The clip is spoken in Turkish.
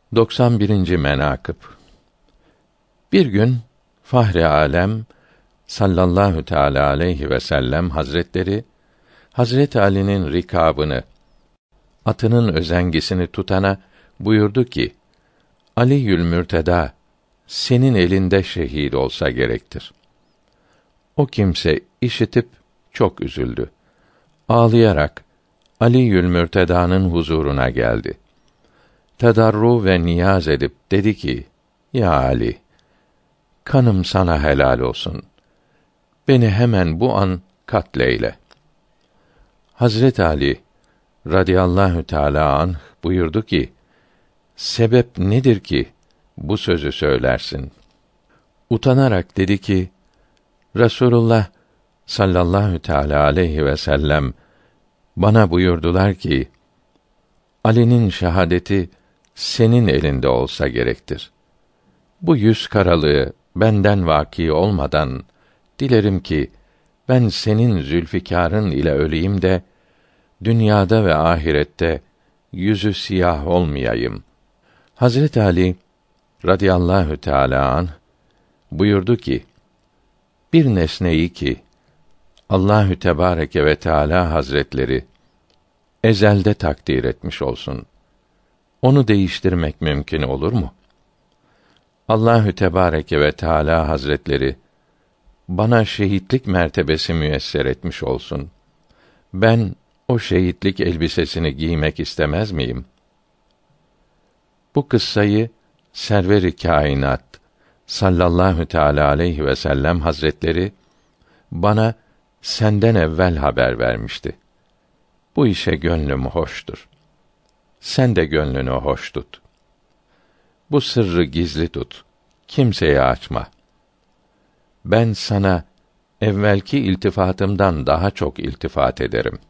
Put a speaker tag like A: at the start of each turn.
A: 91. menakıb. Bir gün Fahri Alem sallallahu teâlâ aleyhi ve sellem hazretleri Hazreti Ali'nin rikabını, atının özengisini tutana buyurdu ki: Ali'ül Mürtedâ senin elinde şehit olsa gerektir. O kimse işitip çok üzüldü. Ağlayarak Ali'ül Mürtedâ'nın huzuruna geldi. Tedarru ve niyaz edip dedi ki: Ya Ali, kanım sana helal olsun. Beni hemen bu an katleyle. Hazret Ali radıyallahu teâlâ anh buyurdu ki: Sebep nedir ki bu sözü söylersin? Utanarak dedi ki: Resulullah sallallahu teâlâ aleyhi ve sellem bana buyurdular ki: Ali'nin şehadeti senin elinde olsa gerektir. Bu yüz karalığı benden vaki olmadan dilerim ki ben senin Zülfikar'ın ile öleyim de dünyada ve ahirette yüzü siyah olmayayım. Hazret Ali radıyallahu teâlâ anh buyurdu ki: Bir nesneyi ki Allahü Tebareke ve Teâlâ Hazretleri ezelde takdir etmiş olsun, onu değiştirmek mümkün olur mu? Allahü Tebareke ve Teâlâ Hazretleri bana şehitlik mertebesi müyesser etmiş olsun. Ben o şehitlik elbisesini giymek istemez miyim? Bu kıssayı Server-i Kainat sallallahu teâlâ aleyhi ve sellem Hazretleri bana senden evvel haber vermişti. Bu işe gönlüm hoştur. Sen de gönlünü hoş tut. Bu sırrı gizli tut. Kimseye açma. Ben sana evvelki iltifatımdan daha çok iltifat ederim.